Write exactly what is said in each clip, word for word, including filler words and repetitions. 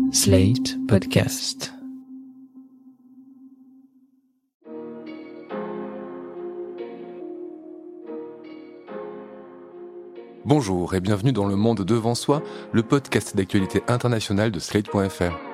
Slate Podcast. Bonjour et bienvenue dans Le Monde Devant Soi, le podcast d'actualité internationale de Slate point F R.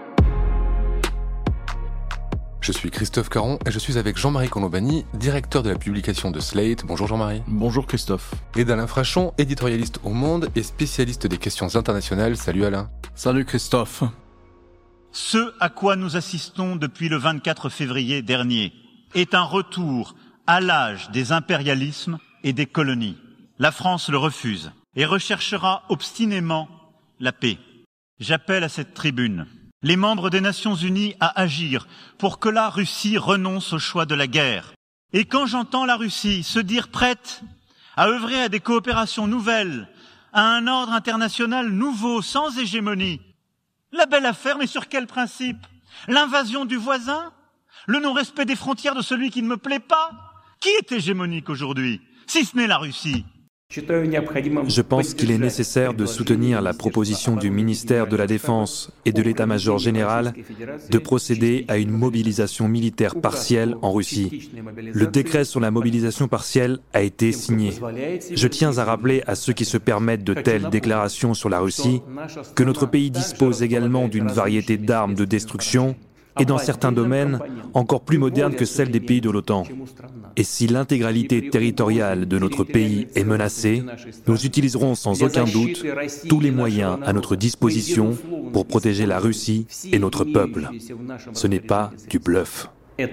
Je suis Christophe Caron et je suis avec Jean-Marie Colombani, directeur de la publication de Slate. Bonjour Jean-Marie. Bonjour Christophe. Et d'Alain Frachon, éditorialiste au Monde et spécialiste des questions internationales. Salut Alain. Salut Christophe. Ce à quoi nous assistons depuis le vingt-quatre février dernier est un retour à l'âge des impérialismes et des colonies. La France le refuse et recherchera obstinément la paix. J'appelle à cette tribune les membres des Nations Unies à agir pour que la Russie renonce au choix de la guerre. Et quand j'entends la Russie se dire prête à œuvrer à des coopérations nouvelles, à un ordre international nouveau, sans hégémonie, la belle affaire, mais sur quel principe? L'invasion du voisin? Le non-respect des frontières de celui qui ne me plaît pas? Qui est hégémonique aujourd'hui, si ce n'est la Russie? Je pense qu'il est nécessaire de soutenir la proposition du ministère de la Défense et de l'État-major général de procéder à une mobilisation militaire partielle en Russie. Le décret sur la mobilisation partielle a été signé. Je tiens à rappeler à ceux qui se permettent de telles déclarations sur la Russie que notre pays dispose également d'une variété d'armes de destruction et dans certains domaines encore plus modernes que celles des pays de l'OTAN. Et si l'intégralité territoriale de notre pays est menacée, nous utiliserons sans aucun doute tous les moyens à notre disposition pour protéger la Russie et notre peuple. Ce n'est pas du bluff.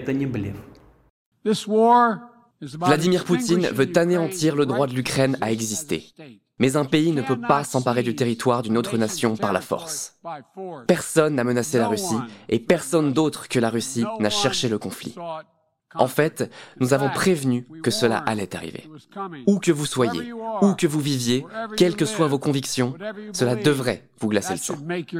Vladimir Poutine veut anéantir le droit de l'Ukraine à exister. Mais un pays ne peut pas s'emparer du territoire d'une autre nation par la force. Personne n'a menacé la Russie et personne d'autre que la Russie n'a cherché le conflit. En fait, nous avons prévenu que cela allait arriver. Où que vous soyez, où que vous viviez, quelles que soient vos convictions, cela devrait vous glacer le sang.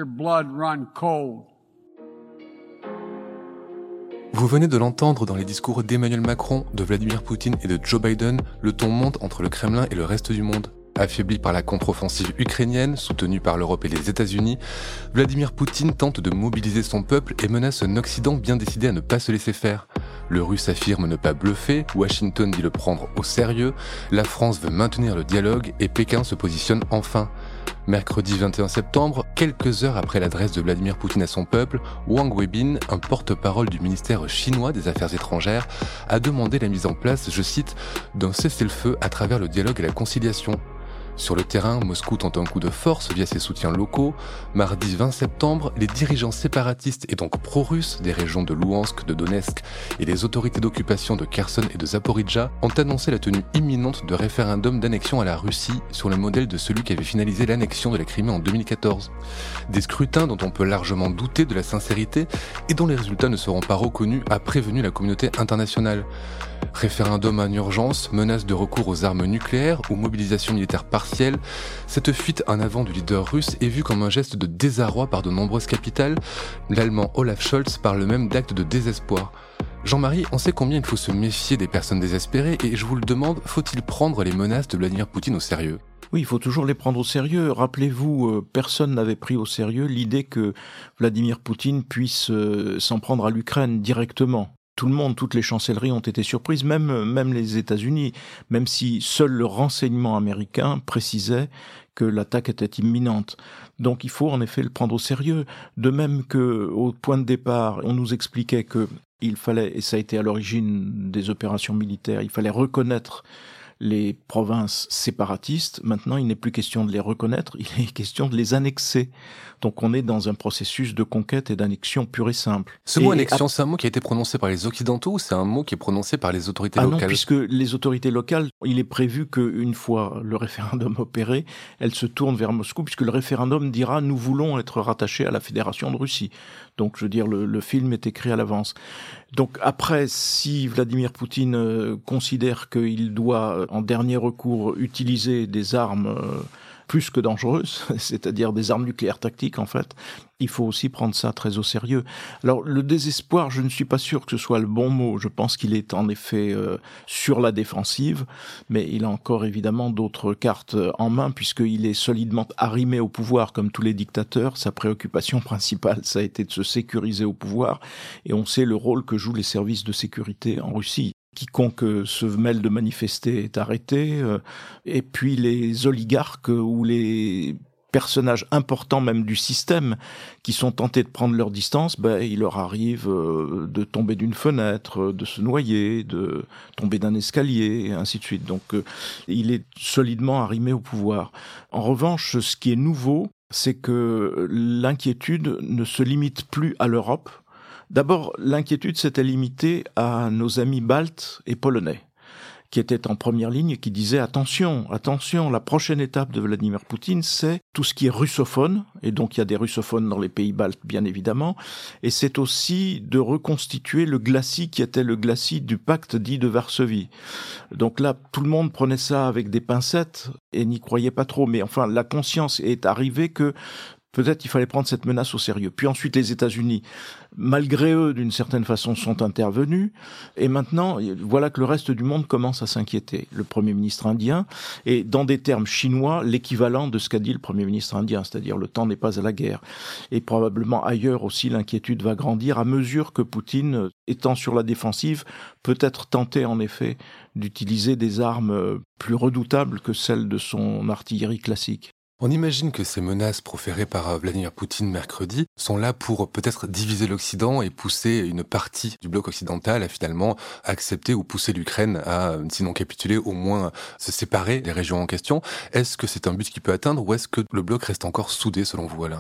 Vous venez de l'entendre dans les discours d'Emmanuel Macron, de Vladimir Poutine et de Joe Biden, le ton monte entre le Kremlin et le reste du monde. Affaibli par la contre-offensive ukrainienne, soutenue par l'Europe et les États-Unis, Vladimir Poutine tente de mobiliser son peuple et menace un Occident bien décidé à ne pas se laisser faire. Le Russe affirme ne pas bluffer, Washington dit le prendre au sérieux, la France veut maintenir le dialogue et Pékin se positionne enfin. Mercredi vingt et un septembre, quelques heures après l'adresse de Vladimir Poutine à son peuple, Wang Weibin, un porte-parole du ministère chinois des Affaires étrangères, a demandé la mise en place, je cite, d'un cessez-le-feu à travers le dialogue et la conciliation. Sur le terrain, Moscou tente un coup de force via ses soutiens locaux. Mardi vingt septembre, les dirigeants séparatistes et donc pro-russes des régions de Louhansk, de Donetsk et les autorités d'occupation de Kherson et de Zaporijjia ont annoncé la tenue imminente de référendums d'annexion à la Russie sur le modèle de celui qui avait finalisé l'annexion de la Crimée en deux mille quatorze. Des scrutins dont on peut largement douter de la sincérité et dont les résultats ne seront pas reconnus, a prévenu la communauté internationale. Référendum en urgence, menace de recours aux armes nucléaires ou mobilisation militaire partielle, cette fuite en avant du leader russe est vue comme un geste de désarroi par de nombreuses capitales. L'Allemand Olaf Scholz parle même d'actes de désespoir. Jean-Marie, on sait combien il faut se méfier des personnes désespérées et je vous le demande, faut-il prendre les menaces de Vladimir Poutine au sérieux ? Oui, il faut toujours les prendre au sérieux. Rappelez-vous, euh, personne n'avait pris au sérieux l'idée que Vladimir Poutine puisse euh, s'en prendre à l'Ukraine directement. Tout le monde, toutes les chancelleries ont été surprises, même, même les États-Unis, même si seul le renseignement américain précisait que l'attaque était imminente. Donc il faut en effet le prendre au sérieux. De même que au point de départ, on nous expliquait que il fallait, et ça a été à l'origine des opérations militaires, il fallait reconnaître les provinces séparatistes. Maintenant, il n'est plus question de les reconnaître, il est question de les annexer. Donc on est dans un processus de conquête et d'annexion pure et simple. Ce et mot annexion, c'est un mot qui a été prononcé par les Occidentaux ou c'est un mot qui est prononcé par les autorités ah locales? Non, puisque les autorités locales, il est prévu qu'une fois le référendum opéré, elles se tournent vers Moscou, puisque le référendum dira « nous voulons être rattachés à la Fédération de Russie ». Donc, je veux dire, le, le film est écrit à l'avance. Donc, après, si Vladimir Poutine euh, considère qu'il doit, en dernier recours, utiliser des armes euh, plus que dangereuses, c'est-à-dire des armes nucléaires tactiques en fait. Il faut aussi prendre ça très au sérieux. Alors le désespoir, je ne suis pas sûr que ce soit le bon mot. Je pense qu'il est en effet euh, sur la défensive, mais il a encore évidemment d'autres cartes en main puisqu'il est solidement arrimé au pouvoir comme tous les dictateurs. Sa préoccupation principale, ça a été de se sécuriser au pouvoir et on sait le rôle que jouent les services de sécurité en Russie. Quiconque se mêle de manifester est arrêté, euh, et puis les oligarques ou les personnages importants même du système qui sont tentés de prendre leur distance, ben, il leur arrive euh, de tomber d'une fenêtre, de se noyer, de tomber d'un escalier, et ainsi de suite. Donc euh, il est solidement arrimé au pouvoir. En revanche, ce qui est nouveau, c'est que l'inquiétude ne se limite plus à l'Europe. D'abord, l'inquiétude s'était limitée à nos amis baltes et polonais, qui étaient en première ligne et qui disaient « Attention, attention, la prochaine étape de Vladimir Poutine, c'est tout ce qui est russophone, et donc il y a des russophones dans les pays baltes, bien évidemment, et c'est aussi de reconstituer le glacis qui était le glacis du pacte dit de Varsovie. » Donc là, tout le monde prenait ça avec des pincettes et n'y croyait pas trop, mais enfin, la conscience est arrivée que peut-être il fallait prendre cette menace au sérieux. Puis ensuite, les États-Unis, malgré eux, d'une certaine façon, sont intervenus. Et maintenant, voilà que le reste du monde commence à s'inquiéter. Le Premier ministre indien, et dans des termes chinois, l'équivalent de ce qu'a dit le Premier ministre indien, c'est-à-dire le temps n'est pas à la guerre. Et probablement ailleurs aussi, l'inquiétude va grandir à mesure que Poutine, étant sur la défensive, peut être tenté en effet d'utiliser des armes plus redoutables que celles de son artillerie classique. On imagine que ces menaces proférées par Vladimir Poutine mercredi sont là pour peut-être diviser l'Occident et pousser une partie du bloc occidental à finalement accepter ou pousser l'Ukraine à, sinon capituler, au moins se séparer des régions en question. Est-ce que c'est un but qu'il peut atteindre ou est-ce que le bloc reste encore soudé selon vous, Alain ?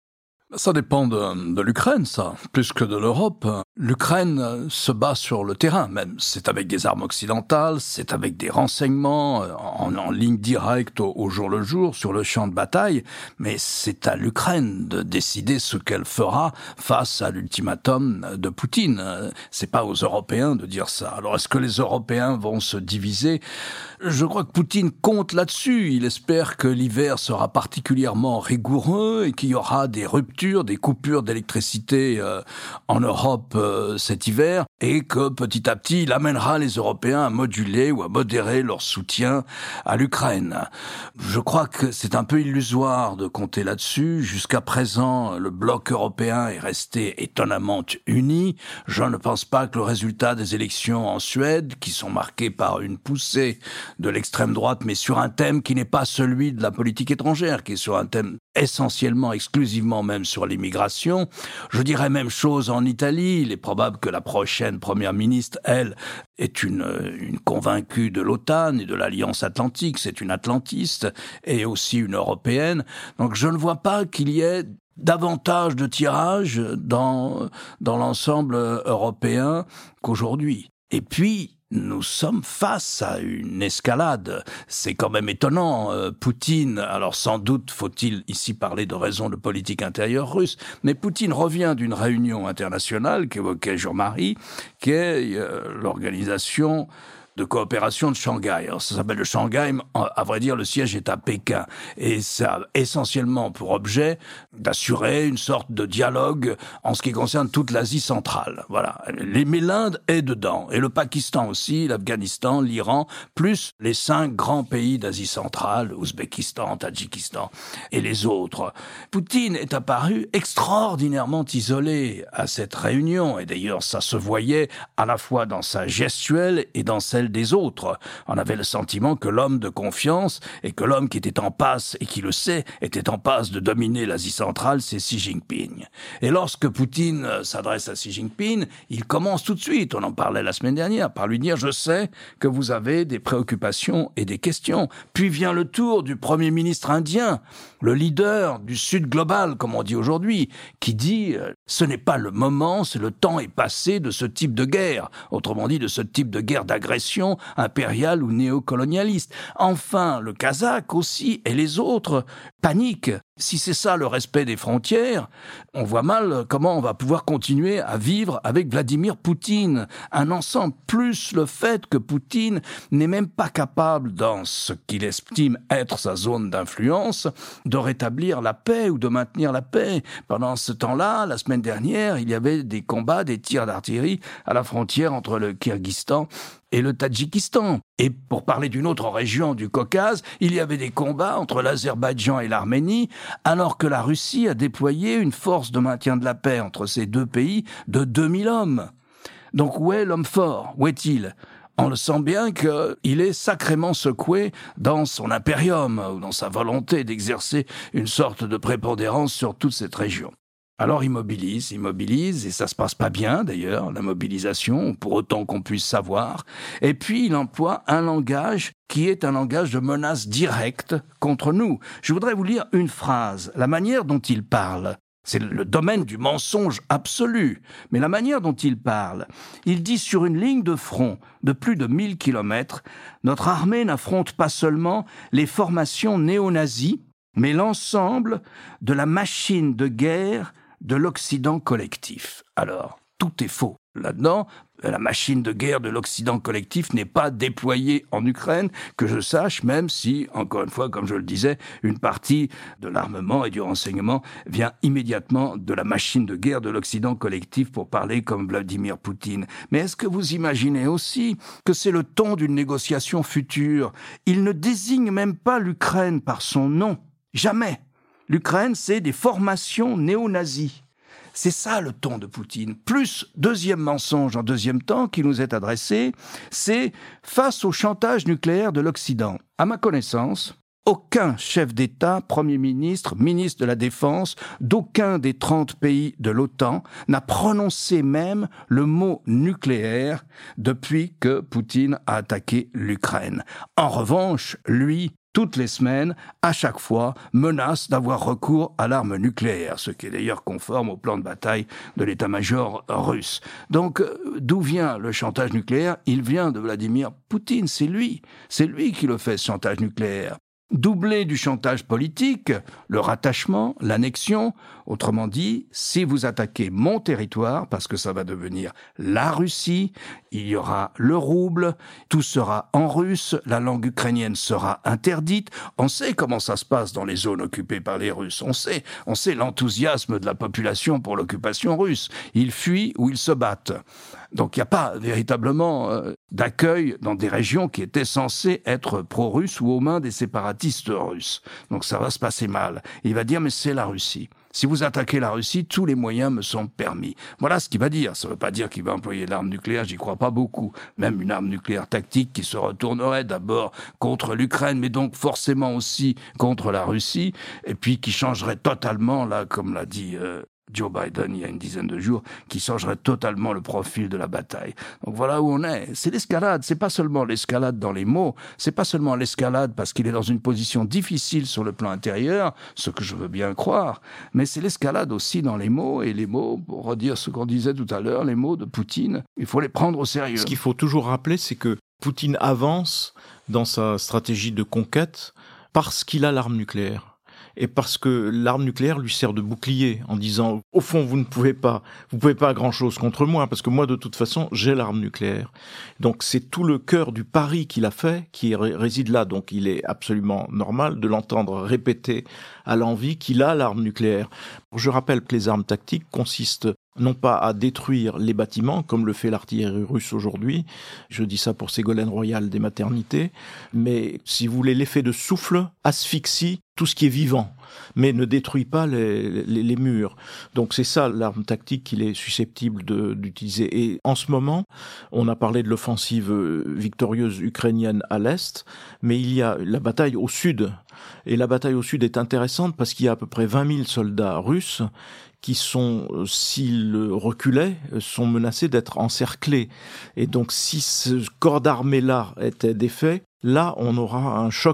Ça dépend de, de l'Ukraine, ça, plus que de l'Europe. L'Ukraine se bat sur le terrain, même. C'est avec des armes occidentales, c'est avec des renseignements en, en ligne directe au, au jour le jour, sur le champ de bataille, mais c'est à l'Ukraine de décider ce qu'elle fera face à l'ultimatum de Poutine. C'est pas aux Européens de dire ça. Alors, est-ce que les Européens vont se diviser ? Je crois que Poutine compte là-dessus. Il espère que l'hiver sera particulièrement rigoureux et qu'il y aura des ruptures, des coupures d'électricité euh, en Europe euh, cet hiver, et que petit à petit, il amènera les Européens à moduler ou à modérer leur soutien à l'Ukraine. Je crois que c'est un peu illusoire de compter là-dessus. Jusqu'à présent, le bloc européen est resté étonnamment uni. Je ne pense pas que le résultat des élections en Suède, qui sont marquées par une poussée de l'extrême droite, mais sur un thème qui n'est pas celui de la politique étrangère, qui est sur un thème essentiellement, exclusivement même sur l'immigration. Je dirais même chose en Italie. Il est probable que la prochaine première ministre, elle, est une, une convaincue de l'OTAN et de l'Alliance Atlantique. C'est une atlantiste et aussi une européenne. Donc je ne vois pas qu'il y ait davantage de tirages dans, dans l'ensemble européen qu'aujourd'hui. Et puis, nous sommes face à une escalade. C'est quand même étonnant. Euh, Poutine, alors sans doute faut-il ici parler de raisons de politique intérieure russe, mais Poutine revient d'une réunion internationale qu'évoquait Jean-Marie, qui est euh, l'organisation de coopération de Shanghai. Alors, ça s'appelle le Shanghai, à vrai dire, le siège est à Pékin. Et ça a essentiellement pour objet d'assurer une sorte de dialogue en ce qui concerne toute l'Asie centrale. Voilà. Mais l'Inde est dedans. Et le Pakistan aussi, l'Afghanistan, l'Iran, plus les cinq grands pays d'Asie centrale, Ouzbékistan, Tadjikistan et les autres. Poutine est apparu extraordinairement isolé à cette réunion. Et d'ailleurs, ça se voyait à la fois dans sa gestuelle et dans celle des autres. On avait le sentiment que l'homme de confiance et que l'homme qui était en passe, et qui le sait, était en passe de dominer l'Asie centrale, c'est Xi Jinping. Et lorsque Poutine s'adresse à Xi Jinping, il commence tout de suite, on en parlait la semaine dernière, par lui dire « Je sais que vous avez des préoccupations et des questions ». Puis vient le tour du Premier ministre indien, le leader du Sud global, comme on dit aujourd'hui, qui dit « Ce n'est pas le moment, c'est le temps est passé de ce type de guerre ». Autrement dit, de ce type de guerre d'agression domination impériale ou néocolonialiste. Enfin, le Kazakh aussi et les autres paniquent. Si c'est ça le respect des frontières, on voit mal comment on va pouvoir continuer à vivre avec Vladimir Poutine. Un ensemble, plus le fait que Poutine n'est même pas capable, dans ce qu'il estime être sa zone d'influence, de rétablir la paix ou de maintenir la paix. Pendant ce temps-là, la semaine dernière, il y avait des combats, des tirs d'artillerie à la frontière entre le Kirghizistan et le Tadjikistan. Et pour parler d'une autre région du Caucase, il y avait des combats entre l'Azerbaïdjan et l'Arménie, alors que la Russie a déployé une force de maintien de la paix entre ces deux pays de deux mille hommes. Donc où est l'homme fort? Où est-il? On le sent bien qu'il est sacrément secoué dans son impérium, ou dans sa volonté d'exercer une sorte de prépondérance sur toute cette région. Alors il mobilise, il mobilise, et ça se passe pas bien d'ailleurs, la mobilisation, pour autant qu'on puisse savoir. Et puis il emploie un langage qui est un langage de menace directe contre nous. Je voudrais vous lire une phrase, la manière dont il parle. C'est le domaine du mensonge absolu. Mais la manière dont il parle, il dit sur une ligne de front de plus de mille kilomètres, notre armée n'affronte pas seulement les formations néo-nazies, mais l'ensemble de la machine de guerre de l'Occident collectif. Alors, tout est faux. Là-dedans, la machine de guerre de l'Occident collectif n'est pas déployée en Ukraine, que je sache, même si, encore une fois, comme je le disais, une partie de l'armement et du renseignement vient immédiatement de la machine de guerre de l'Occident collectif, pour parler comme Vladimir Poutine. Mais est-ce que vous imaginez aussi que c'est le ton d'une négociation future? Il ne désigne même pas l'Ukraine par son nom. Jamais. L'Ukraine, c'est des formations néo-nazies. C'est ça le ton de Poutine. Plus, deuxième mensonge en deuxième temps qui nous est adressé, c'est face au chantage nucléaire de l'Occident. À ma connaissance, aucun chef d'État, Premier ministre, ministre de la Défense, d'aucun des trente pays de l'OTAN n'a prononcé même le mot nucléaire depuis que Poutine a attaqué l'Ukraine. En revanche, lui, toutes les semaines, à chaque fois, menace d'avoir recours à l'arme nucléaire, ce qui est d'ailleurs conforme au plan de bataille de l'état-major russe. Donc, d'où vient le chantage nucléaire? Il vient de Vladimir Poutine, c'est lui. C'est lui qui le fait, ce chantage nucléaire. Doublé du chantage politique, le rattachement, l'annexion. Autrement dit, si vous attaquez mon territoire, parce que ça va devenir la Russie, il y aura le rouble, tout sera en russe, la langue ukrainienne sera interdite. On sait comment ça se passe dans les zones occupées par les Russes. On sait, on sait l'enthousiasme de la population pour l'occupation russe. Ils fuient ou ils se battent. Donc il n'y a pas véritablement euh, d'accueil dans des régions qui étaient censées être pro-russes ou aux mains des séparatistes russes. Donc ça va se passer mal. Il va dire, mais c'est la Russie. Si vous attaquez la Russie, tous les moyens me sont permis. Voilà ce qu'il va dire. Ça ne veut pas dire qu'il va employer l'arme nucléaire, j'y crois pas beaucoup. Même une arme nucléaire tactique qui se retournerait d'abord contre l'Ukraine, mais donc forcément aussi contre la Russie, et puis qui changerait totalement, là, comme l'a dit euh, Joe Biden il y a une dizaine de jours, qui changerait totalement le profil de la bataille. Donc voilà où on est. C'est l'escalade. C'est pas seulement l'escalade dans les mots. C'est pas seulement l'escalade parce qu'il est dans une position difficile sur le plan intérieur, ce que je veux bien croire, mais c'est l'escalade aussi dans les mots. Et les mots, pour redire ce qu'on disait tout à l'heure, les mots de Poutine, il faut les prendre au sérieux. Ce qu'il faut toujours rappeler, c'est que Poutine avance dans sa stratégie de conquête parce qu'il a l'arme nucléaire. Et parce que l'arme nucléaire lui sert de bouclier en disant au fond vous ne pouvez pas vous pouvez pas grand chose contre moi parce que moi de toute façon j'ai l'arme nucléaire. Donc c'est tout le cœur du pari qu'il a fait qui réside là. Donc il est absolument normal de l'entendre répéter à l'envi qu'il a l'arme nucléaire. Je rappelle que les armes tactiques consistent non pas à détruire les bâtiments, comme le fait l'artillerie russe aujourd'hui, je dis ça pour Ségolène Royal des maternités, mais si vous voulez, l'effet de souffle asphyxie tout ce qui est vivant, mais ne détruit pas les, les, les murs. Donc c'est ça l'arme tactique qu'il est susceptible de, d'utiliser. Et en ce moment, on a parlé de l'offensive victorieuse ukrainienne à l'Est, mais il y a la bataille au Sud. Et la bataille au Sud est intéressante parce qu'il y a à peu près vingt mille soldats russes qui sont, s'ils reculaient, sont menacés d'être encerclés. Et donc, si ce corps d'armée-là était défait, là, on aura un choc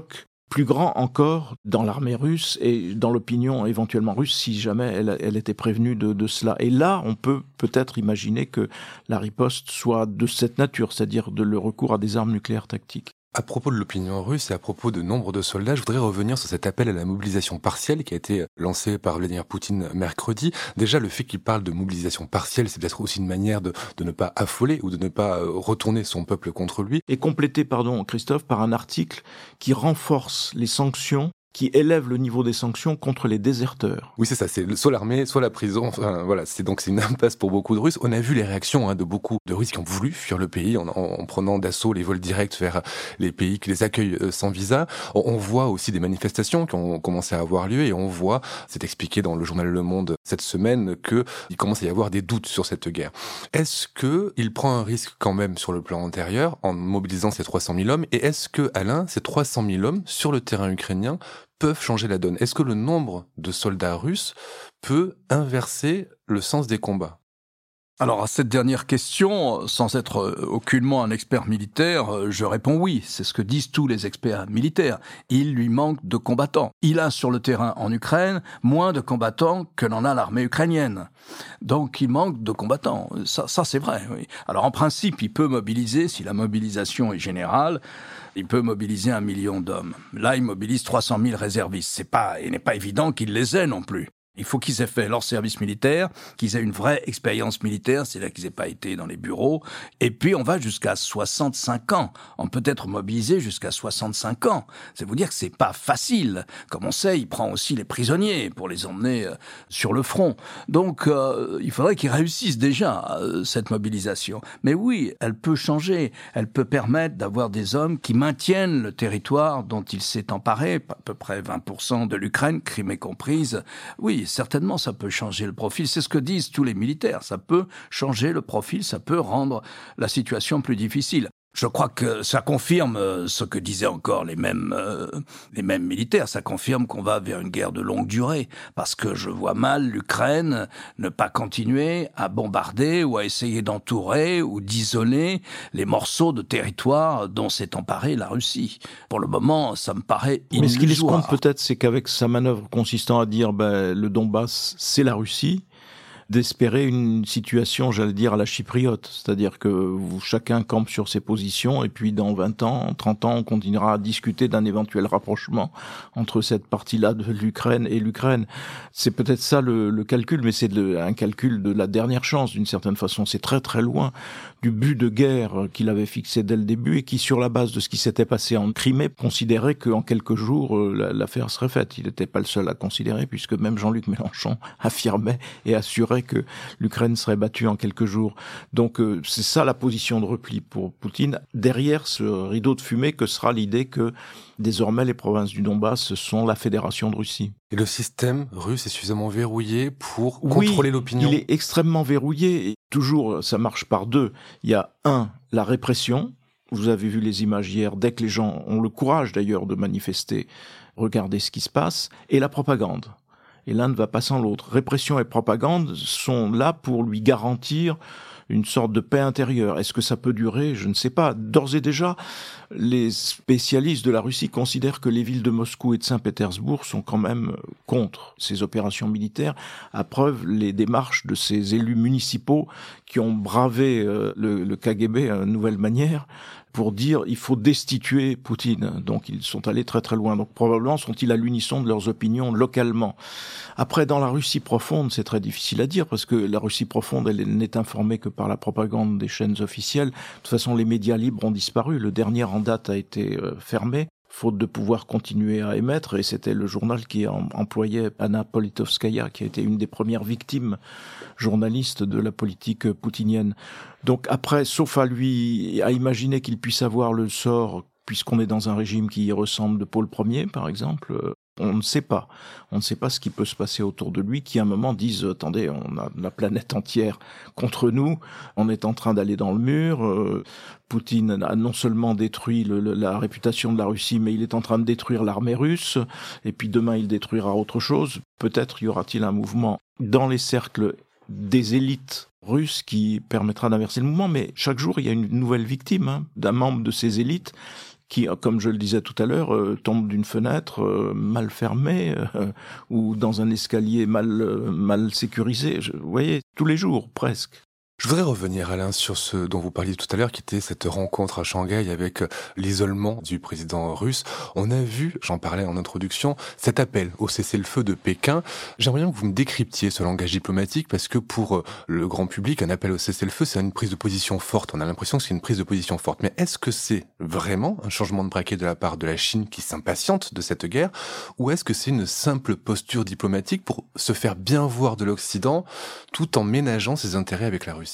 plus grand encore dans l'armée russe et dans l'opinion éventuellement russe si jamais elle, elle était prévenue de, de cela. Et là, on peut peut-être imaginer que la riposte soit de cette nature, c'est-à-dire de le recours à des armes nucléaires tactiques. À propos de l'opinion russe et à propos de nombre de soldats, je voudrais revenir sur cet appel à la mobilisation partielle qui a été lancé par Vladimir Poutine mercredi. Déjà, le fait qu'il parle de mobilisation partielle, c'est peut-être aussi une manière de, de ne pas affoler ou de ne pas retourner son peuple contre lui. Et complété, pardon, Christophe, par un article qui renforce les sanctions, qui élève le niveau des sanctions contre les déserteurs. Oui, c'est ça, c'est soit l'armée, soit la prison. Enfin, voilà, c'est donc c'est une impasse pour beaucoup de Russes. On a vu les réactions hein, de beaucoup de Russes qui ont voulu fuir le pays en, en, en prenant d'assaut les vols directs vers les pays qui les accueillent sans visa. On, on voit aussi des manifestations qui ont commencé à avoir lieu et on voit, c'est expliqué dans le journal Le Monde cette semaine, que il commence à y avoir des doutes sur cette guerre. Est-ce que il prend un risque quand même sur le plan antérieur en mobilisant ces trois cent mille hommes et est-ce que, Alain, ces trois cent mille hommes sur le terrain ukrainien peuvent changer la donne? Est-ce que le nombre de soldats russes peut inverser le sens des combats? Alors à cette dernière question, sans être aucunement un expert militaire, je réponds oui, c'est ce que disent tous les experts militaires. Il lui manque de combattants. Il a sur le terrain en Ukraine moins de combattants que n'en a l'armée ukrainienne. Donc il manque de combattants, ça, ça c'est vrai. Oui. Alors en principe, il peut mobiliser, si la mobilisation est générale, il peut mobiliser un million d'hommes. Là, il mobilise trois cent mille réservistes. C'est pas, il n'est pas évident qu'il les ait non plus. Il faut qu'ils aient fait leur service militaire, qu'ils aient une vraie expérience militaire, c'est-à-dire qu'ils n'aient pas été dans les bureaux. Et puis, on va jusqu'à soixante-cinq ans. On peut être mobilisé jusqu'à soixante-cinq ans. C'est vous dire que c'est pas facile. Comme on sait, il prend aussi les prisonniers pour les emmener euh, sur le front. Donc, euh, il faudrait qu'ils réussissent déjà euh, cette mobilisation. Mais oui, elle peut changer. Elle peut permettre d'avoir des hommes qui maintiennent le territoire dont il s'est emparé, à peu près vingt pour cent de l'Ukraine, Crimée comprise. Oui, certainement, ça peut changer le profil. C'est ce que disent tous les militaires. Ça peut changer le profil, ça peut rendre la situation plus difficile. Je crois que ça confirme ce que disaient encore les mêmes euh, les mêmes militaires. Ça confirme qu'on va vers une guerre de longue durée. Parce que je vois mal l'Ukraine ne pas continuer à bombarder ou à essayer d'entourer ou d'isoler les morceaux de territoire dont s'est emparée la Russie. Pour le moment, ça me paraît illusoire. Mais ce qu'il escompte peut-être, c'est qu'avec sa manœuvre consistant à dire ben, le Donbass, c'est la Russie, d'espérer une situation, j'allais dire, à la chypriote. C'est-à-dire que vous, chacun campe sur ses positions et puis dans vingt ans, trente ans, on continuera à discuter d'un éventuel rapprochement entre cette partie-là de l'Ukraine et l'Ukraine. C'est peut-être ça le, le calcul, mais c'est le, un calcul de la dernière chance d'une certaine façon. C'est très très loin du but de guerre qu'il avait fixé dès le début et qui, sur la base de ce qui s'était passé en Crimée, considérait qu'en quelques jours, l'affaire serait faite. Il n'était pas le seul à considérer puisque même Jean-Luc Mélenchon affirmait et assurait que l'Ukraine serait battue en quelques jours. Donc euh, c'est ça la position de repli pour Poutine, derrière ce rideau de fumée que sera l'idée que désormais les provinces du Donbass sont la Fédération de Russie. Et le système russe est suffisamment verrouillé pour contrôler oui, l'opinion? Il est extrêmement verrouillé et toujours ça marche par deux. Il y a un, la répression. Vous avez vu les images hier, dès que les gens ont le courage d'ailleurs de manifester, regardez ce qui se passe, et la propagande. Et l'un ne va pas sans l'autre. Répression et propagande sont là pour lui garantir une sorte de paix intérieure. Est-ce que ça peut durer? Je ne sais pas. D'ores et déjà, les spécialistes de la Russie considèrent que les villes de Moscou et de Saint-Pétersbourg sont quand même contre ces opérations militaires, à preuve les démarches de ces élus municipaux qui ont bravé euh, le, le K G B à une nouvelle manière pour dire il faut destituer Poutine. Donc ils sont allés très très loin. Donc probablement sont-ils à l'unisson de leurs opinions localement. Après, dans la Russie profonde, c'est très difficile à dire parce que la Russie profonde, elle n'est informée que par la propagande des chaînes officielles. De toute façon, les médias libres ont disparu. Le dernier en date a été euh, fermé, faute de pouvoir continuer à émettre, et c'était le journal qui employait Anna Politkovskaya, qui a été une des premières victimes journalistes de la politique poutinienne. Donc après, sauf à lui, à imaginer qu'il puisse avoir le sort, puisqu'on est dans un régime qui ressemble de Paul Ier, par exemple, on ne sait pas. On ne sait pas ce qui peut se passer autour de lui, qui à un moment disent « Attendez, on a la planète entière contre nous, on est en train d'aller dans le mur, euh, Poutine a non seulement détruit le, le, la réputation de la Russie, mais il est en train de détruire l'armée russe, et puis demain il détruira autre chose. Peut-être y aura-t-il un mouvement dans les cercles des élites russes qui permettra d'inverser le mouvement, mais chaque jour il y a une nouvelle victime hein, d'un membre de ces élites qui, comme je le disais tout à l'heure, euh, tombe d'une fenêtre euh, mal fermée euh, ou dans un escalier mal, euh, mal sécurisé. Je, vous voyez, tous les jours, presque. Je voudrais revenir, Alain, sur ce dont vous parliez tout à l'heure, qui était cette rencontre à Shanghai avec l'isolement du président russe. On a vu, j'en parlais en introduction, cet appel au cessez-le-feu de Pékin. J'aimerais bien que vous me décryptiez ce langage diplomatique, parce que pour le grand public, un appel au cessez-le-feu, c'est une prise de position forte. On a l'impression que c'est une prise de position forte. Mais est-ce que c'est vraiment un changement de braquet de la part de la Chine qui s'impatiente de cette guerre, ou est-ce que c'est une simple posture diplomatique pour se faire bien voir de l'Occident, tout en ménageant ses intérêts avec la Russie?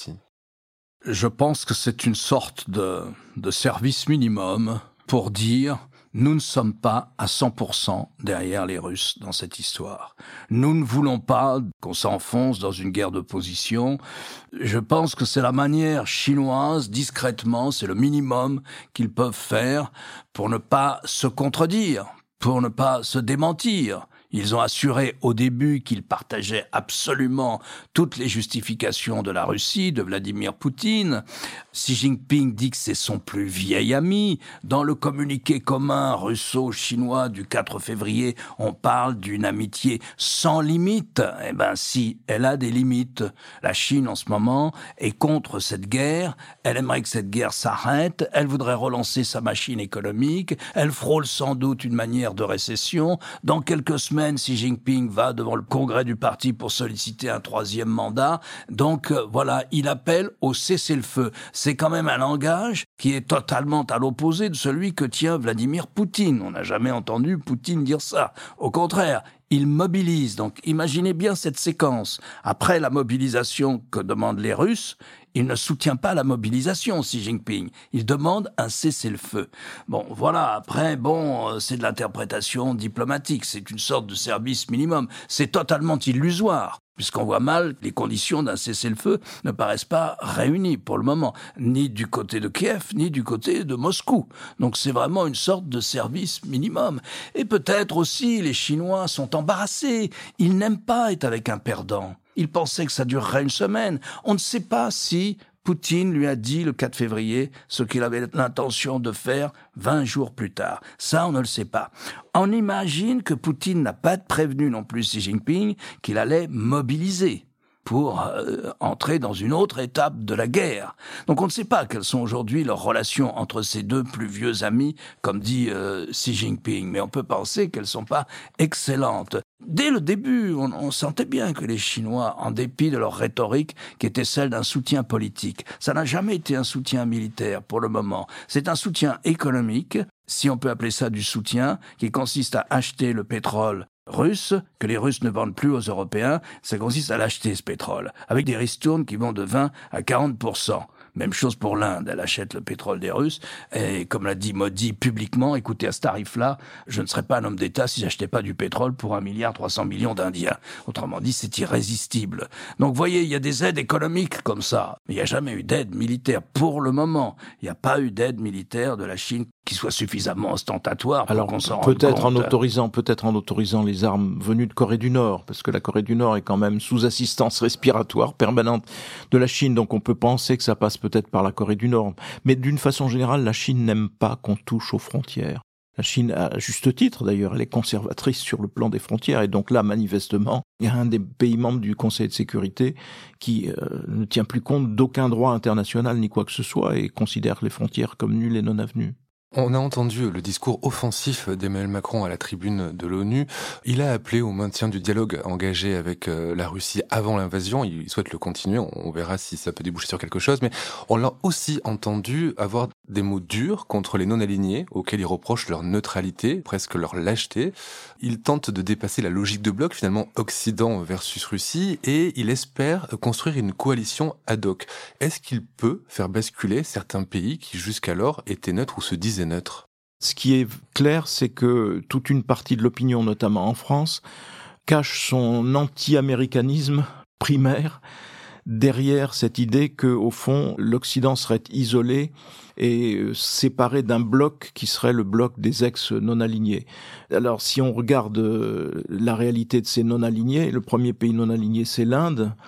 Je pense que c'est une sorte de, de service minimum pour dire « nous ne sommes pas à cent pour cent derrière les Russes dans cette histoire. Nous ne voulons pas qu'on s'enfonce dans une guerre de position. » Je pense que c'est la manière chinoise, discrètement, c'est le minimum qu'ils peuvent faire pour ne pas se contredire, pour ne pas se démentir. Ils ont assuré au début qu'ils partageaient absolument toutes les justifications de la Russie, de Vladimir Poutine. Xi Jinping dit que c'est son plus vieil ami. Dans le communiqué commun russo-chinois du quatre février, on parle d'une amitié sans limite. Eh ben si, elle a des limites. La Chine, en ce moment, est contre cette guerre. Elle aimerait que cette guerre s'arrête. Elle voudrait relancer sa machine économique. Elle frôle sans doute une manière de récession. Dans quelques semaines, Xi Jinping va devant le congrès du parti pour solliciter un troisième mandat. Donc euh, voilà, il appelle au cessez-le-feu. C'est quand même un langage qui est totalement à l'opposé de celui que tient Vladimir Poutine. On n'a jamais entendu Poutine dire ça. Au contraire, il mobilise. Donc imaginez bien cette séquence. Après la mobilisation que demandent les Russes, il ne soutient pas la mobilisation, Xi Jinping. Il demande un cessez-le-feu. Bon, voilà. Après, bon, c'est de l'interprétation diplomatique. C'est une sorte de service minimum. C'est totalement illusoire, puisqu'on voit mal les conditions d'un cessez-le-feu ne paraissent pas réunies pour le moment, ni du côté de Kiev, ni du côté de Moscou. Donc c'est vraiment une sorte de service minimum. Et peut-être aussi les Chinois sont embarrassés. Ils n'aiment pas être avec un perdant. Il pensait que ça durerait une semaine. On ne sait pas si Poutine lui a dit le quatre février ce qu'il avait l'intention de faire vingt jours plus tard. Ça, on ne le sait pas. On imagine que Poutine n'a pas prévenu non plus Xi Jinping qu'il allait mobiliser pour euh, entrer dans une autre étape de la guerre. Donc on ne sait pas quelles sont aujourd'hui leurs relations entre ces deux plus vieux amis, comme dit euh, Xi Jinping, mais on peut penser qu'elles ne sont pas excellentes. Dès le début, on, on sentait bien que les Chinois, en dépit de leur rhétorique, qui était celle d'un soutien politique, ça n'a jamais été un soutien militaire pour le moment. C'est un soutien économique, si on peut appeler ça du soutien, qui consiste à acheter le pétrole russe, que les Russes ne vendent plus aux Européens, ça consiste à l'acheter ce pétrole, avec des ristournes qui vont de vingt à quarante pour cent. Même chose pour l'Inde, elle achète le pétrole des Russes, et comme l'a dit Modi publiquement, écoutez, à ce tarif-là, je ne serais pas un homme d'État si j'achetais pas du pétrole pour un milliard trois cents millions d'Indiens. Autrement dit, c'est irrésistible. Donc vous voyez, il y a des aides économiques comme ça, mais il n'y a jamais eu d'aide militaire pour le moment. Il n'y a pas eu d'aide militaire de la Chine qui soit suffisamment ostentatoire pour Alors, qu'on s'en rende compte. peut-être en autorisant, peut-être en autorisant les armes venues de Corée du Nord, parce que la Corée du Nord est quand même sous assistance respiratoire permanente de la Chine, donc on peut penser que ça passe peut-être par la Corée du Nord. Mais d'une façon générale, la Chine n'aime pas qu'on touche aux frontières. La Chine, à juste titre d'ailleurs, elle est conservatrice sur le plan des frontières, et donc là, manifestement, il y a un des pays membres du Conseil de sécurité qui euh, ne tient plus compte d'aucun droit international ni quoi que ce soit, et considère les frontières comme nulles et non avenues. On a entendu le discours offensif d'Emmanuel Macron à la tribune de l'ONU. Il a appelé au maintien du dialogue engagé avec la Russie avant l'invasion. Il souhaite le continuer. On verra si ça peut déboucher sur quelque chose. Mais on l'a aussi entendu avoir des mots durs contre les non-alignés, auxquels il reproche leur neutralité, presque leur lâcheté. Il tente de dépasser la logique de bloc, finalement Occident versus Russie, et il espère construire une coalition ad hoc. Est-ce qu'il peut faire basculer certains pays qui jusqu'alors étaient neutres ou se disaient neutre? Ce qui est clair, c'est que toute une partie de l'opinion, notamment en France, cache son anti-américanisme primaire derrière cette idée que, au fond, l'Occident serait isolé et séparé d'un bloc qui serait le bloc des ex-non-alignés. Alors, si on regarde la réalité de ces non-alignés, le premier pays non-aligné, c'est l'Inde.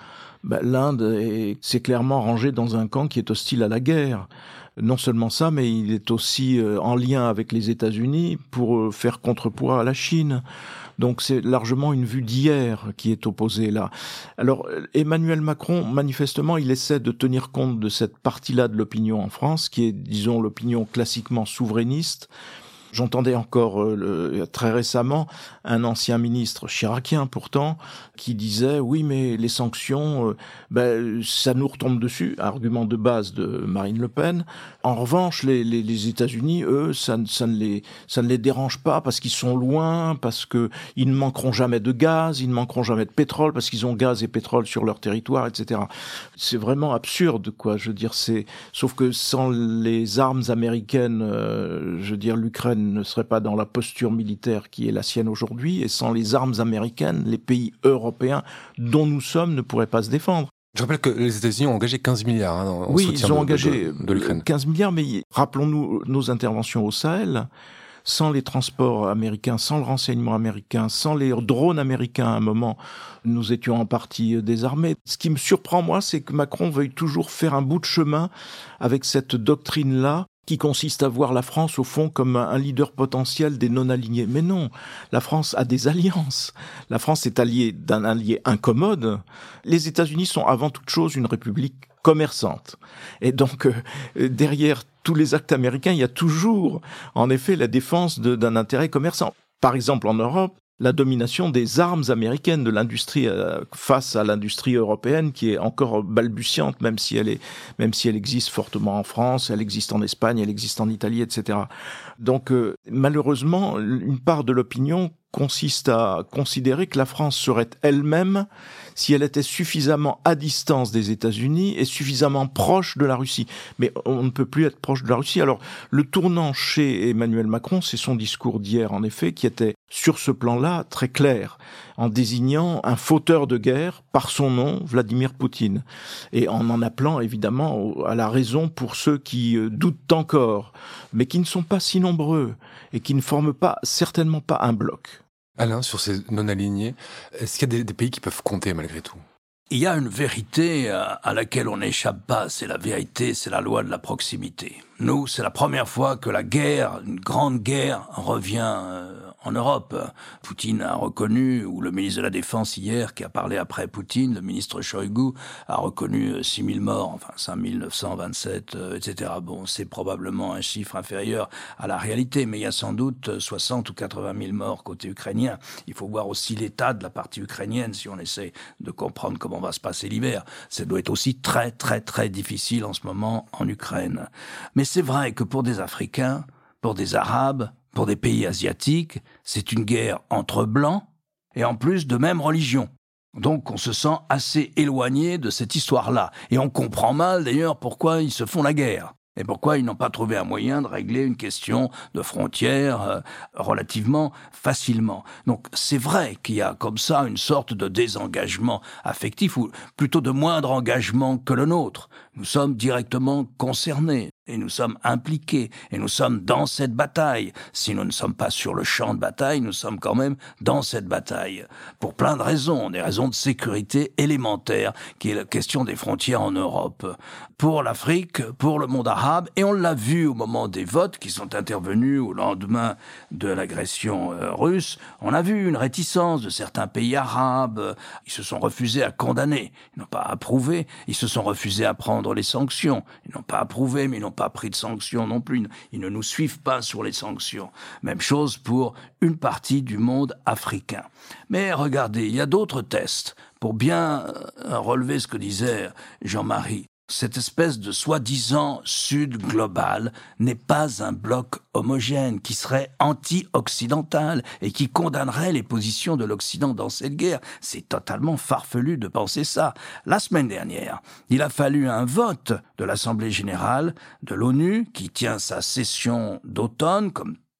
ben, l'Inde est, c'est clairement rangé dans un camp qui est hostile à la guerre. Non seulement ça, mais il est aussi en lien avec les États-Unis pour faire contrepoids à la Chine. Donc c'est largement une vue d'hier qui est opposée là. Alors Emmanuel Macron, manifestement, il essaie de tenir compte de cette partie-là de l'opinion en France, qui est, disons, l'opinion classiquement souverainiste. J'entendais encore euh, le, très récemment un ancien ministre chiracien pourtant qui disait oui mais les sanctions euh, ben, ça nous retombe dessus, argument de base de Marine Le Pen. En revanche les, les, les États-Unis eux ça, ça, ne les, ça ne les dérange pas parce qu'ils sont loin, parce que ils ne manqueront jamais de gaz, ils ne manqueront jamais de pétrole parce qu'ils ont gaz et pétrole sur leur territoire, et cetera. C'est vraiment absurde quoi. Je veux dire c'est sauf que sans les armes américaines, euh, je veux dire l'Ukraine ne serait pas dans la posture militaire qui est la sienne aujourd'hui, et sans les armes américaines, les pays européens dont nous sommes ne pourraient pas se défendre. Je rappelle que les États-Unis ont engagé quinze milliards hein, en oui, soutien ils ont de, engagé de, de l'Ukraine. quinze milliards, mais rappelons-nous nos interventions au Sahel. Sans les transports américains, sans le renseignement américain, sans les drones américains, à un moment, nous étions en partie désarmés. Ce qui me surprend, moi, c'est que Macron veuille toujours faire un bout de chemin avec cette doctrine-là, qui consiste à voir la France, au fond, comme un leader potentiel des non-alignés. Mais non, la France a des alliances. La France est alliée d'un allié incommode. Les États-Unis sont avant toute chose une république commerçante. Et donc, euh, derrière tous les actes américains, il y a toujours, en effet, la défense de, d'un intérêt commerçant. Par exemple, en Europe, la domination des armes américaines, de l'industrie euh, face à l'industrie européenne qui est encore balbutiante, même si elle est, même si elle existe fortement en France, elle existe en Espagne, elle existe en Italie, et cetera. Donc, euh, malheureusement, une part de l'opinion consiste à considérer que la France serait elle-même, si elle était suffisamment à distance des États-Unis et suffisamment proche de la Russie. Mais on ne peut plus être proche de la Russie. Alors, le tournant chez Emmanuel Macron, c'est son discours d'hier, en effet, qui était, sur ce plan-là, très clair, en désignant un fauteur de guerre par son nom, Vladimir Poutine, et en en appelant, évidemment, à la raison pour ceux qui doutent encore, mais qui ne sont pas si nombreux, et qui ne forment pas, certainement pas un bloc. Alain, sur ces non-alignés, est-ce qu'il y a des, des pays qui peuvent compter malgré tout ? Il y a une vérité à laquelle on n'échappe pas, c'est la vérité, c'est la loi de la proximité. Nous, c'est la première fois que la guerre, une grande guerre, revient en Europe. Poutine a reconnu, ou le ministre de la Défense hier, qui a parlé après Poutine, le ministre Shoigu, a reconnu six mille morts, enfin cinq mille neuf cent vingt-sept, et cetera. Bon, c'est probablement un chiffre inférieur à la réalité, mais il y a sans doute soixante ou quatre-vingt mille morts côté ukrainien. Il faut voir aussi l'état de la partie ukrainienne, si on essaie de comprendre comment va se passer l'hiver. Ça doit être aussi très, très, très difficile en ce moment en Ukraine. Mais c'est vrai que pour des Africains, pour des Arabes, pour des pays asiatiques, c'est une guerre entre blancs et en plus de même religion. Donc on se sent assez éloigné de cette histoire-là. Et on comprend mal d'ailleurs pourquoi ils se font la guerre. Et pourquoi ils n'ont pas trouvé un moyen de régler une question de frontières euh, relativement facilement. Donc c'est vrai qu'il y a comme ça une sorte de désengagement affectif, ou plutôt de moindre engagement que le nôtre. Nous sommes directement concernés. Et nous sommes impliqués, et nous sommes dans cette bataille. Si nous ne sommes pas sur le champ de bataille, nous sommes quand même dans cette bataille. Pour plein de raisons, des raisons de sécurité élémentaires, qui est la question des frontières en Europe. Pour l'Afrique, pour le monde arabe, et on l'a vu au moment des votes qui sont intervenus au lendemain de l'agression euh, russe, on a vu une réticence de certains pays arabes. Ils se sont refusés à condamner, ils n'ont pas approuvé, ils se sont refusés à prendre les sanctions, ils n'ont pas approuvé, mais ils n'ont pas pris de sanctions non plus. Ils ne nous suivent pas sur les sanctions. Même chose pour une partie du monde africain. Mais regardez, il y a d'autres tests pour bien relever ce que disait Jean-Marie. Cette espèce de soi-disant Sud global n'est pas un bloc homogène qui serait anti-occidental et qui condamnerait les positions de l'Occident dans cette guerre. C'est totalement farfelu de penser ça. La semaine dernière, il a fallu un vote de l'Assemblée générale de l'ONU qui tient sa session d'automne, comme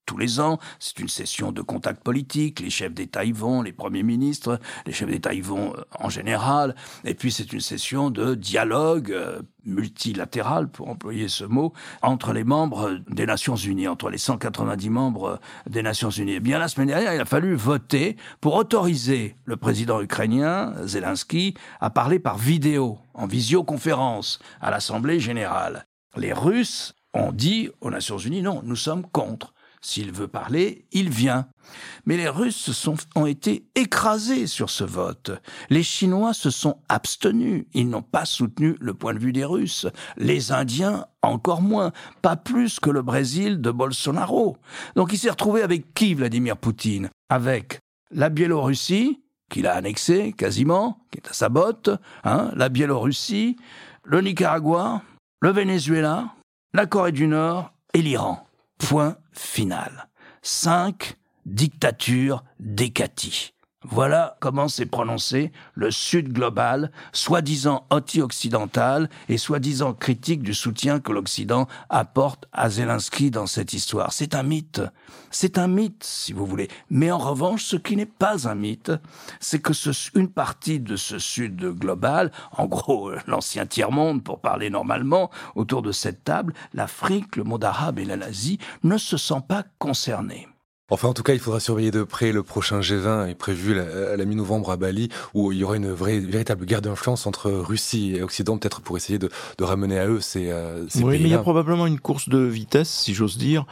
tous les ans. C'est une session de contact politique. Les chefs d'État y vont, les premiers ministres, les chefs d'État y vont euh, en général. Et puis c'est une session de dialogue euh, multilatéral, pour employer ce mot, entre les membres des Nations Unies, entre les cent quatre-vingt-dix membres des Nations Unies. Et bien la semaine dernière, il a fallu voter pour autoriser le président ukrainien, Zelensky, à parler par vidéo, en visioconférence, à l'Assemblée générale. Les Russes ont dit aux Nations Unies, non, nous sommes contre. S'il veut parler, il vient. Mais les Russes se sont, ont été écrasés sur ce vote. Les Chinois se sont abstenus. Ils n'ont pas soutenu le point de vue des Russes. Les Indiens, encore moins. Pas plus que le Brésil de Bolsonaro. Donc il s'est retrouvé avec qui, Vladimir Poutine ? Avec la Biélorussie, qu'il a annexée quasiment, qui est à sa botte, hein, la Biélorussie, le Nicaragua, le Venezuela, la Corée du Nord et l'Iran. Point final. Cinq dictatures décaties. Voilà comment s'est prononcé le Sud global, soi-disant anti-occidental et soi-disant critique du soutien que l'Occident apporte à Zelensky dans cette histoire. C'est un mythe. C'est un mythe, si vous voulez. Mais en revanche, ce qui n'est pas un mythe, c'est que ce, une partie de ce Sud global, en gros l'ancien tiers-monde pour parler normalement, autour de cette table, l'Afrique, le monde arabe et l'Asie, ne se sent pas concernés. Enfin, en tout cas, il faudra surveiller de près le prochain G vingt, est prévu à la mi-novembre à Bali, où il y aura une vraie, véritable guerre d'influence entre Russie et Occident, peut-être pour essayer de, de ramener à eux ces, euh, ces oui, pays-là. Mais il y a probablement une course de vitesse, si j'ose dire,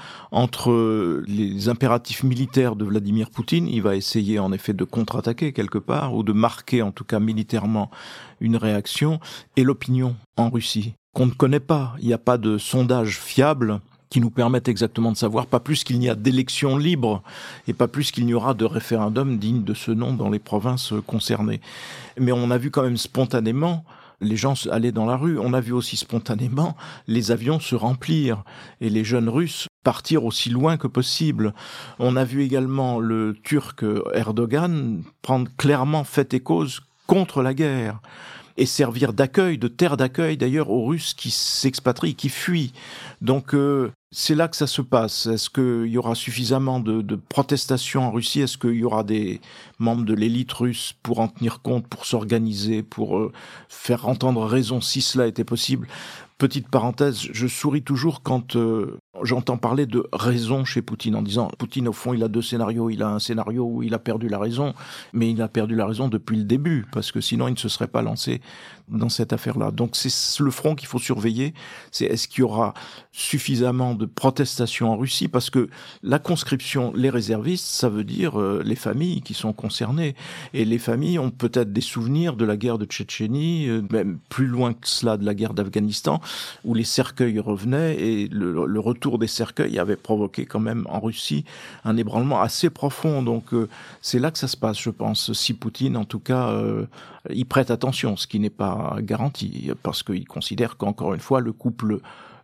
entre les impératifs militaires de Vladimir Poutine. Il va essayer en effet de contre-attaquer quelque part, ou de marquer en tout cas militairement une réaction, et l'opinion en Russie, qu'on ne connaît pas. Il n'y a pas de sondage fiable qui nous permettent exactement de savoir, pas plus qu'il n'y a d'élections libres et pas plus qu'il n'y aura de référendum digne de ce nom dans les provinces concernées. Mais on a vu quand même spontanément les gens aller dans la rue. On a vu aussi spontanément les avions se remplir et les jeunes Russes partir aussi loin que possible. On a vu également le Turc Erdogan prendre clairement fait et cause contre la guerre et servir d'accueil, de terre d'accueil d'ailleurs aux Russes qui s'expatrient, qui fuient. Donc euh, c'est là que ça se passe. Est-ce qu'il y aura suffisamment de, de protestations en Russie ? Est-ce qu'il y aura des membres de l'élite russe pour en tenir compte, pour s'organiser, pour euh, faire entendre raison si cela était possible ? Petite parenthèse, je souris toujours quand euh, j'entends parler de raison chez Poutine, en disant Poutine, au fond, il a deux scénarios. Il a un scénario où il a perdu la raison, mais il a perdu la raison depuis le début, parce que sinon, il ne se serait pas lancé dans cette affaire-là. Donc, c'est le front qu'il faut surveiller. C'est est-ce qu'il y aura suffisamment de protestations en Russie, parce que la conscription, les réservistes, ça veut dire euh, les familles qui sont concernées. Et les familles ont peut-être des souvenirs de la guerre de Tchétchénie, euh, même plus loin que cela, de la guerre d'Afghanistan, où les cercueils revenaient et le, le retour des cercueils avait provoqué quand même en Russie un ébranlement assez profond. Donc euh, c'est là que ça se passe, je pense. Si Poutine, en tout cas, euh, y prête attention, ce qui n'est pas garanti, parce qu'il considère qu'encore une fois, le couple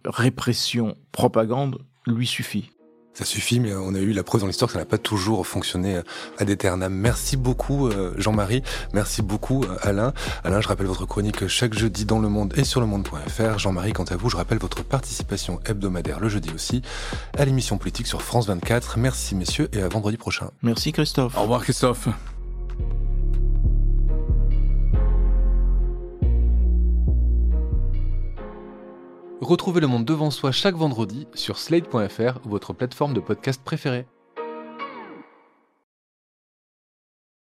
répression-propagande lui suffit. Ça suffit, mais on a eu la preuve dans l'histoire que ça n'a pas toujours fonctionné ad aeternam. Merci beaucoup Jean-Marie, merci beaucoup Alain. Alain, je rappelle votre chronique chaque jeudi dans Le Monde et sur lemonde point f r. Jean-Marie, quant à vous, je rappelle votre participation hebdomadaire le jeudi aussi à l'émission politique sur France vingt-quatre. Merci messieurs et à vendredi prochain. Merci Christophe. Au revoir Christophe. Retrouvez Le Monde devant soi chaque vendredi sur slate point f r ou votre plateforme de podcast préférée.